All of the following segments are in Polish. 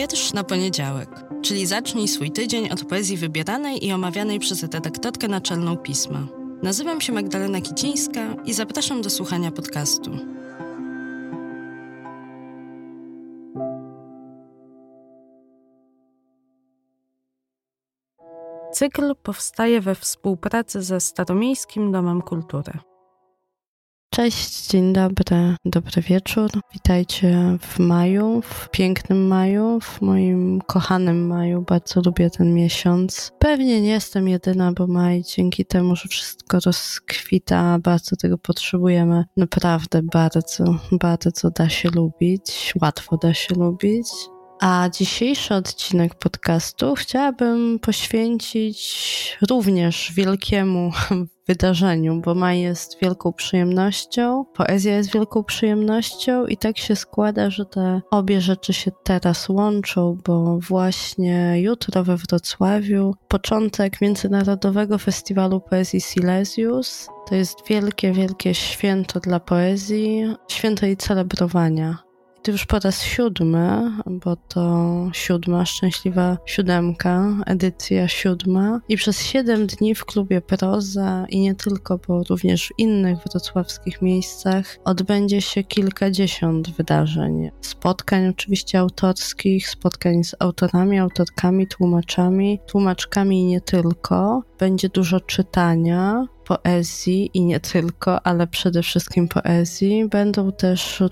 Wiersz na poniedziałek, czyli zacznij swój tydzień od poezji wybieranej i omawianej przez redaktorkę naczelną pisma. Nazywam się Magdalena Kicińska i zapraszam do słuchania podcastu. Cykl powstaje we współpracy ze Staromiejskim Domem Kultury. Cześć, dzień dobry, dobry wieczór. Witajcie w maju, w pięknym maju, w moim kochanym maju. Bardzo lubię ten miesiąc. Pewnie nie jestem jedyna, bo maj dzięki temu, że wszystko rozkwita, bardzo tego potrzebujemy. Naprawdę bardzo da się lubić, łatwo da się lubić. A dzisiejszy odcinek podcastu chciałabym poświęcić również wielkiemu wydarzeniu, bo maj jest wielką przyjemnością, poezja jest wielką przyjemnością i tak się składa, że te obie rzeczy się teraz łączą, bo właśnie jutro we Wrocławiu początek Międzynarodowego Festiwalu Poezji Silesius. To jest wielkie święto dla poezji, święto jej celebrowania. To już po raz 7, bo to 7, szczęśliwa 7, edycja 7 i przez 7 dni w klubie Proza i nie tylko, bo również w innych wrocławskich miejscach odbędzie się kilkadziesiąt wydarzeń. Spotkań oczywiście autorskich, spotkań z autorami, autorkami, tłumaczkami i nie tylko. Będzie dużo czytania, poezji i nie tylko, ale przede wszystkim poezji. Będą też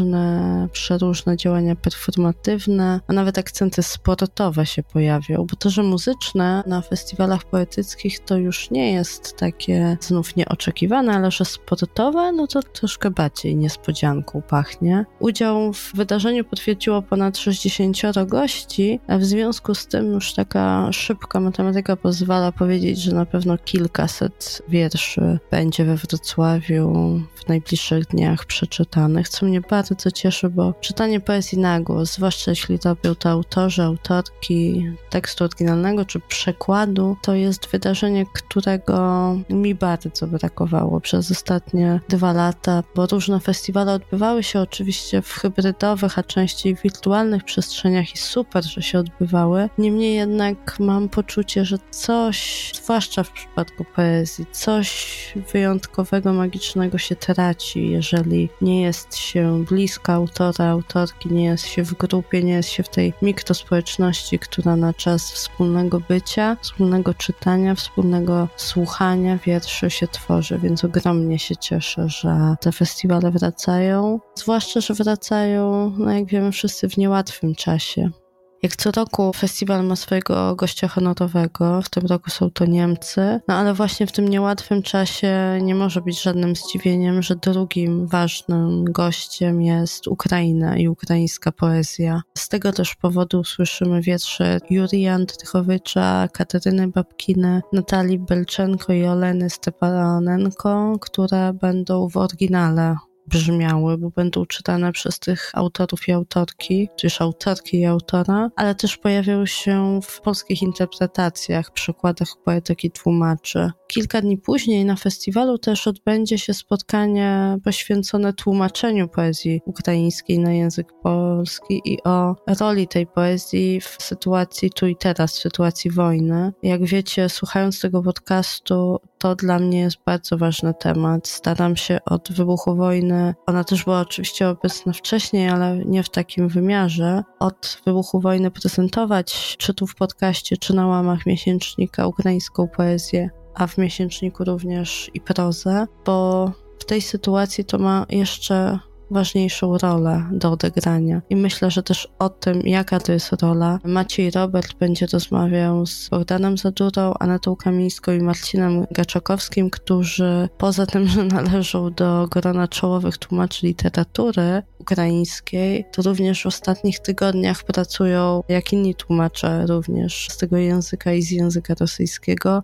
przeróżne działania performatywne, a nawet akcenty sportowe się pojawią, bo to, że muzyczne na festiwalach poetyckich to już nie jest takie znów nieoczekiwane, ale że sportowe, no to troszkę bardziej niespodzianką pachnie. Udział w wydarzeniu potwierdziło ponad 60 gości, a w związku z tym już taka szybka matematyka pozwala powiedzieć, że na pewno kilkaset wierszy będzie we Wrocławiu w najbliższych dniach przeczytanych, co mnie bardzo cieszy, bo czytanie poezji na głos, zwłaszcza jeśli robią to autorzy, autorki tekstu oryginalnego czy przekładu, to jest wydarzenie, którego mi bardzo brakowało przez ostatnie 2 lata, bo różne festiwale odbywały się oczywiście w hybrydowych, a częściej wirtualnych przestrzeniach i super, że się odbywały. Niemniej jednak mam poczucie, że coś, zwłaszcza w przypadku poezji, coś wyjątkowego, magicznego się traci, jeżeli nie jest się blisko autora, autorki, nie jest się w grupie, nie jest się w tej mikrospołeczności, która na czas wspólnego bycia, wspólnego czytania, wspólnego słuchania wierszy się tworzy, więc ogromnie się cieszę, że te festiwale wracają, zwłaszcza, że wracają, jak wiemy wszyscy, w niełatwym czasie. Jak co roku festiwal ma swojego gościa honorowego, w tym roku są to Niemcy, no ale właśnie w tym niełatwym czasie nie może być żadnym zdziwieniem, że drugim ważnym gościem jest Ukraina i ukraińska poezja. Z tego też powodu słyszymy wiersze Jurija Andrychowicza, Kateryny Babkiny, Natalii Belczenko i Oleny Stepanenko, które będą w oryginale brzmiały, bo będą czytane przez tych autorów i autorki, czy już autorki i autora, ale też pojawią się w polskich interpretacjach, przekładach poetyk i tłumaczy. Kilka dni później na festiwalu też odbędzie się spotkanie poświęcone tłumaczeniu poezji ukraińskiej na język polski i o roli tej poezji w sytuacji tu i teraz, w sytuacji wojny. Jak wiecie, słuchając tego podcastu, to dla mnie jest bardzo ważny temat. Staram się od wybuchu wojny, ona też była oczywiście obecna wcześniej, ale nie w takim wymiarze, od wybuchu wojny prezentować czy tu w podcaście, czy na łamach miesięcznika ukraińską poezję, a w miesięczniku również i prozę, bo w tej sytuacji to ma jeszcze ważniejszą rolę do odegrania. I myślę, że też o tym, jaka to jest rola, Maciej Robert będzie rozmawiał z Bogdanem Zadurą, Anetą Kamińską i Marcinem Gaczakowskim, którzy poza tym, że należą do grona czołowych tłumaczy literatury ukraińskiej, to również w ostatnich tygodniach pracują, jak inni tłumacze również z tego języka i z języka rosyjskiego,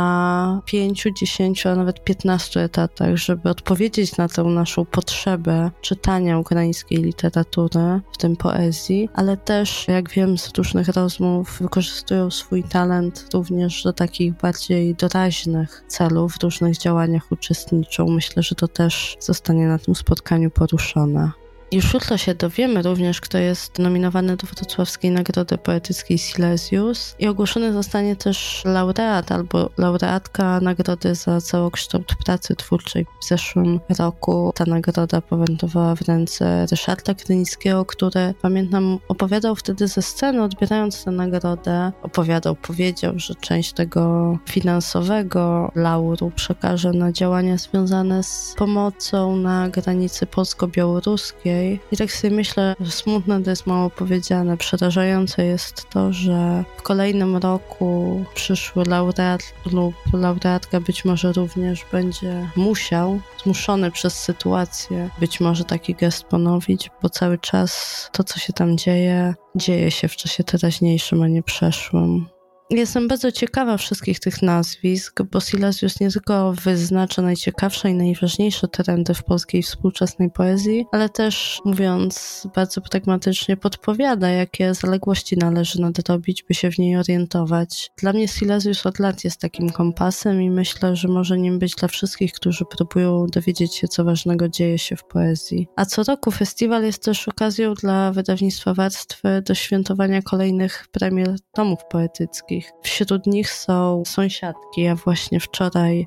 na 5, 10, a nawet 15 etatach, żeby odpowiedzieć na tę naszą potrzebę czytania ukraińskiej literatury, w tym poezji, ale też, jak wiem z różnych rozmów, wykorzystują swój talent również do takich bardziej doraźnych celów, w różnych działaniach uczestniczą. Myślę, że to też zostanie na tym spotkaniu poruszone. Już jutro się dowiemy również, kto jest nominowany do Wrocławskiej Nagrody Poetyckiej Silesius i ogłoszony zostanie też laureat albo laureatka nagrody za całokształt pracy twórczej. W zeszłym roku ta nagroda powędrowała w ręce Ryszarda Krynickiego, który, pamiętam, opowiadał wtedy ze sceny, odbierając tę nagrodę. Powiedział, że część tego finansowego lauru przekaże na działania związane z pomocą na granicy polsko-białoruskiej. I tak sobie myślę, że smutne to jest mało powiedziane. Przerażające jest to, że w kolejnym roku przyszły laureat lub laureatka być może również będzie zmuszony przez sytuację być może taki gest ponowić, bo cały czas to, co się tam dzieje się w czasie teraźniejszym, a nie przeszłym. Jestem bardzo ciekawa wszystkich tych nazwisk, bo Silesius nie tylko wyznacza najciekawsze i najważniejsze trendy w polskiej współczesnej poezji, ale też, mówiąc bardzo pragmatycznie, podpowiada, jakie zaległości należy nadrobić, by się w niej orientować. Dla mnie Silesius od lat jest takim kompasem i myślę, że może nim być dla wszystkich, którzy próbują dowiedzieć się, co ważnego dzieje się w poezji. A co roku festiwal jest też okazją dla wydawnictwa Warstwy do świętowania kolejnych premier tomów poetyckich. Wśród nich są Sąsiadki. Ja właśnie wczoraj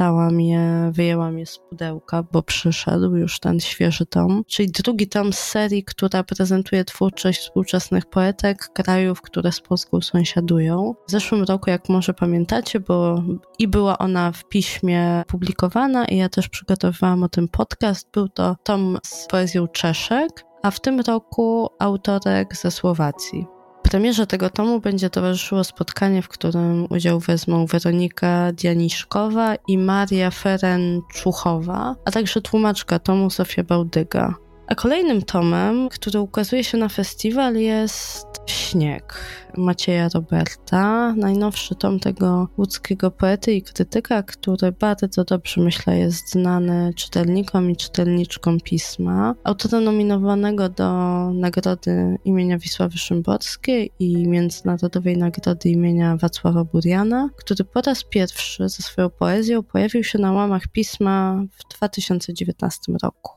wyjęłam je z pudełka, bo przyszedł już ten świeży tom, czyli drugi tom z serii, która prezentuje twórczość współczesnych poetek krajów, które z Polską sąsiadują. W zeszłym roku, jak może pamiętacie, była ona w piśmie publikowana i ja też przygotowywałam o tym podcast. Był to tom z poezją Czeszek, a w tym roku autorek ze Słowacji. Premierze tego tomu będzie towarzyszyło spotkanie, w którym udział wezmą Weronika Dianiszkowa i Maria Ferenczuchowa, a także tłumaczka tomu Zofia Bałdyga. A kolejnym tomem, który ukazuje się na festiwal, jest Śnieg Macieja Roberta, najnowszy tom tego łódzkiego poety i krytyka, który bardzo dobrze, myślę, jest znany czytelnikom i czytelniczkom pisma. Autora nominowanego do Nagrody imienia Wisławy Szymborskiej i Międzynarodowej Nagrody imienia Wacława Buriana, który po raz pierwszy ze swoją poezją pojawił się na łamach pisma w 2019 roku.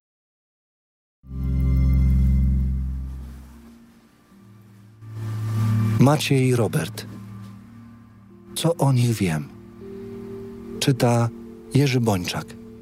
Maciej Robert. Co o nich wiem? Czyta Jerzy Bończak.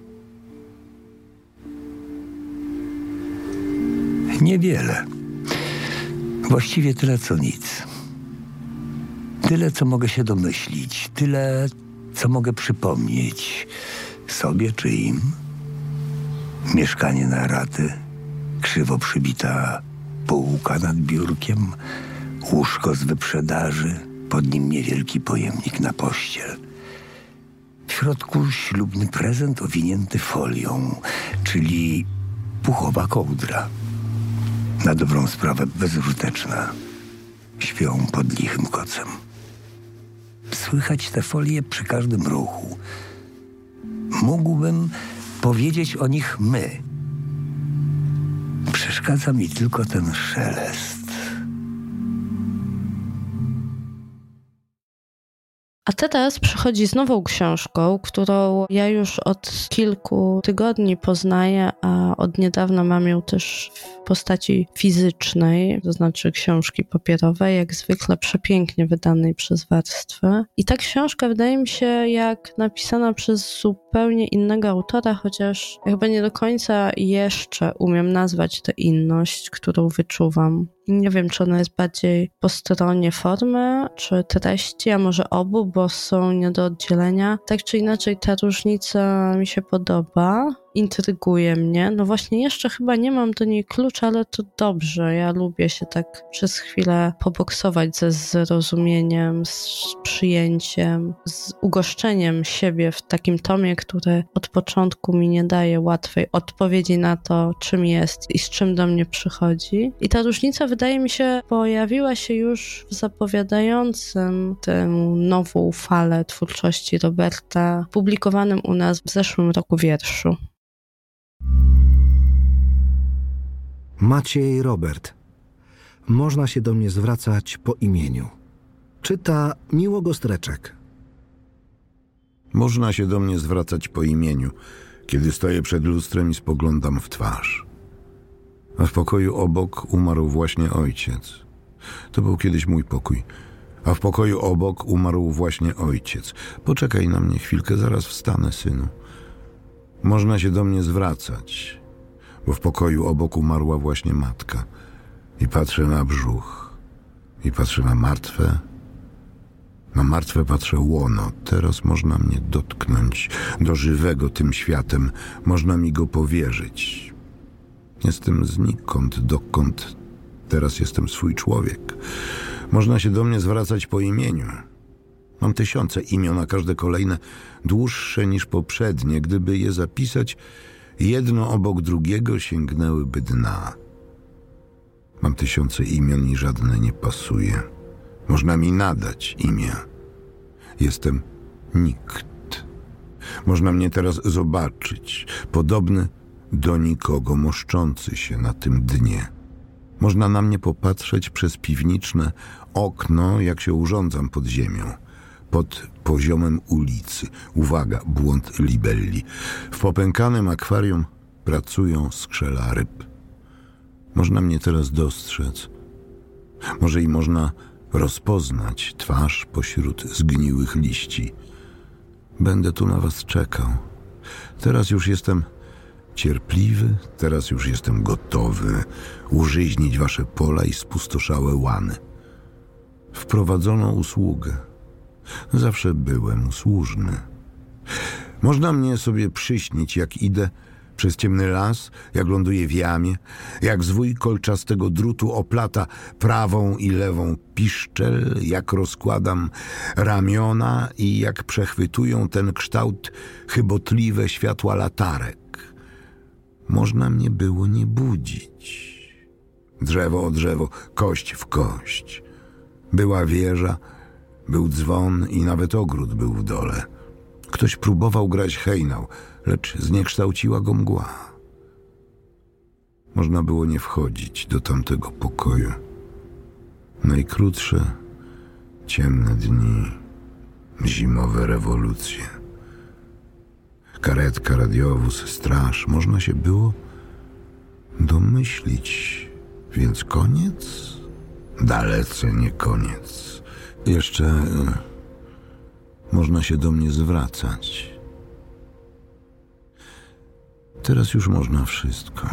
Niewiele. Właściwie tyle co nic. Tyle, co mogę się domyślić. Tyle, co mogę przypomnieć sobie czy im. Mieszkanie na raty, krzywo przybita półka nad biurkiem, łóżko z wyprzedaży, pod nim niewielki pojemnik na pościel. W środku ślubny prezent owinięty folią, czyli puchowa kołdra. Na dobrą sprawę bezużyteczna. Śpią pod lichym kocem. Słychać te folie przy każdym ruchu. Mógłbym powiedzieć o nich my. Przeszkadza mi tylko ten szelest. A teraz przychodzi z nową książką, którą ja już od kilku tygodni poznaję, a od niedawna mam ją też w postaci fizycznej, to znaczy książki papierowej, jak zwykle przepięknie wydanej przez Warstwę. I ta książka wydaje mi się jak napisana przez zupełnie innego autora, chociaż chyba nie do końca jeszcze umiem nazwać tę inność, którą wyczuwam. Nie wiem, czy ona jest bardziej po stronie formy, czy treści, a może obu, bo są nie do oddzielenia. Tak czy inaczej, ta różnica mi się podoba, intryguje mnie. No właśnie, jeszcze chyba nie mam do niej klucza, ale to dobrze. Ja lubię się tak przez chwilę poboksować ze zrozumieniem, z przyjęciem, z ugoszczeniem siebie w takim tomie, który od początku mi nie daje łatwej odpowiedzi na to, czym jest i z czym do mnie przychodzi. I ta różnica, wydaje mi się, pojawiła się już w zapowiadającym tę nową falę twórczości Roberta, publikowanym u nas w zeszłym roku wierszu. Maciej Robert. Można się do mnie zwracać po imieniu. Czyta Miło Gostreczek. Można się do mnie zwracać po imieniu, kiedy stoję przed lustrem i spoglądam w twarz. A w pokoju obok umarł właśnie ojciec. To był kiedyś mój pokój. A w pokoju obok umarł właśnie ojciec. Poczekaj na mnie chwilkę, zaraz wstanę, synu. Można się do mnie zwracać, bo w pokoju obok umarła właśnie matka. I patrzę na brzuch. I patrzę na martwe. Na martwe patrzę łono. Teraz można mnie dotknąć do żywego tym światem. Można mi go powierzyć. Jestem znikąd, dokąd. Teraz jestem swój człowiek. Można się do mnie zwracać po imieniu. Mam tysiące imion, a każde kolejne dłuższe niż poprzednie. Gdyby je zapisać, jedno obok drugiego sięgnęłyby dna. Mam tysiące imion i żadne nie pasuje. Można mi nadać imię. Jestem nikt. Można mnie teraz zobaczyć, podobny do nikogo, moszczący się na tym dnie. Można na mnie popatrzeć przez piwniczne okno, jak się urządzam pod ziemią, pod poziomem ulicy. Uwaga, błąd libelli. W popękanym akwarium pracują skrzela ryb. Można mnie teraz dostrzec. Może i można rozpoznać twarz pośród zgniłych liści. Będę tu na was czekał. Teraz już jestem cierpliwy, teraz już jestem gotowy użyźnić wasze pola i spustoszałe łany. Wprowadzono usługę. Zawsze byłem usłużny. Można mnie sobie przyśnić, jak idę przez ciemny las, jak ląduję w jamie, jak zwój kolczastego drutu oplata prawą i lewą piszczel, jak rozkładam ramiona i jak przechwytują ten kształt chybotliwe światła latarek. Można mnie było nie budzić. Drzewo o drzewo, kość w kość. Była wieża, był dzwon i nawet ogród był w dole. Ktoś próbował grać hejnał, lecz zniekształciła go mgła. Można było nie wchodzić do tamtego pokoju. Najkrótsze, ciemne dni, zimowe rewolucje. Karetka, radiowóz, straż. Można się było domyślić. Więc koniec? Dalece nie koniec. Jeszcze można się do mnie zwracać. Teraz już można wszystko.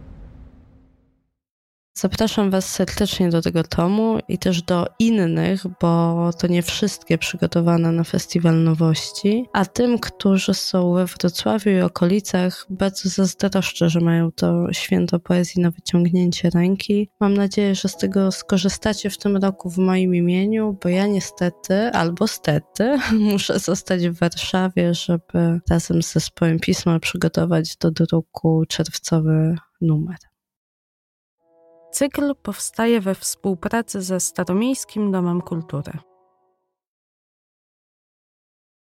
Zapraszam Was serdecznie do tego tomu i też do innych, bo to nie wszystkie przygotowane na Festiwal Nowości. A tym, którzy są we Wrocławiu i okolicach, bardzo zazdroszczę, że mają to święto poezji na wyciągnięcie ręki. Mam nadzieję, że z tego skorzystacie w tym roku w moim imieniu, bo ja niestety, albo stety, muszę zostać w Warszawie, żeby razem z zespołem Pisma przygotować do druku czerwcowy numer. Cykl powstaje we współpracy ze Staromiejskim Domem Kultury.